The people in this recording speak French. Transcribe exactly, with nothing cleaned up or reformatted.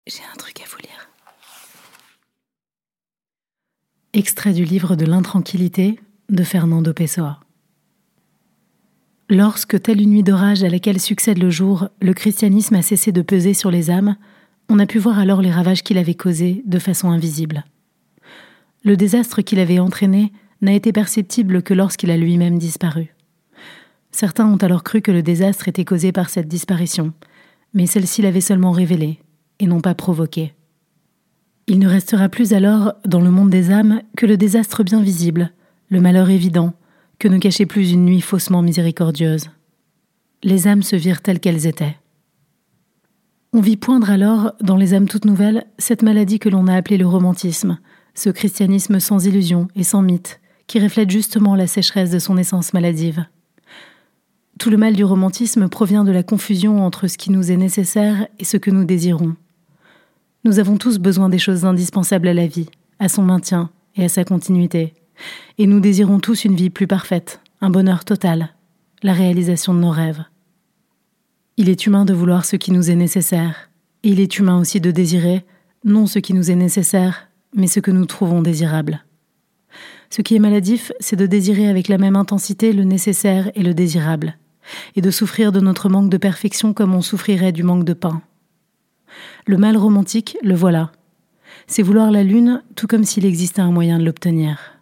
J'ai un truc à vous lire. Extrait du livre de l'intranquillité de Fernando Pessoa. Lorsque, telle une nuit d'orage à laquelle succède le jour, le christianisme a cessé de peser sur les âmes, on a pu voir alors les ravages qu'il avait causés de façon invisible. Le désastre qu'il avait entraîné n'a été perceptible que lorsqu'il a lui-même disparu. Certains ont alors cru que le désastre était causé par cette disparition, mais celle-ci l'avait seulement révélé, et non pas provoqué. Il ne restera plus alors, dans le monde des âmes, que le désastre bien visible, le malheur évident, que ne cachait plus une nuit faussement miséricordieuse. Les âmes se virent telles qu'elles étaient. On vit poindre alors, dans les âmes toutes nouvelles, cette maladie que l'on a appelée le romantisme, ce christianisme sans illusion et sans mythe, qui reflète justement la sécheresse de son essence maladive. Tout le mal du romantisme provient de la confusion entre ce qui nous est nécessaire et ce que nous désirons. Nous avons tous besoin des choses indispensables à la vie, à son maintien et à sa continuité. Et nous désirons tous une vie plus parfaite, un bonheur total, la réalisation de nos rêves. Il est humain de vouloir ce qui nous est nécessaire, et il est humain aussi de désirer, non ce qui nous est nécessaire, mais ce que nous trouvons désirable. Ce qui est maladif, c'est de désirer avec la même intensité le nécessaire et le désirable, et de souffrir de notre manque de perfection comme on souffrirait du manque de pain. Le mal romantique, le voilà. C'est vouloir la lune, tout comme s'il existait un moyen de l'obtenir.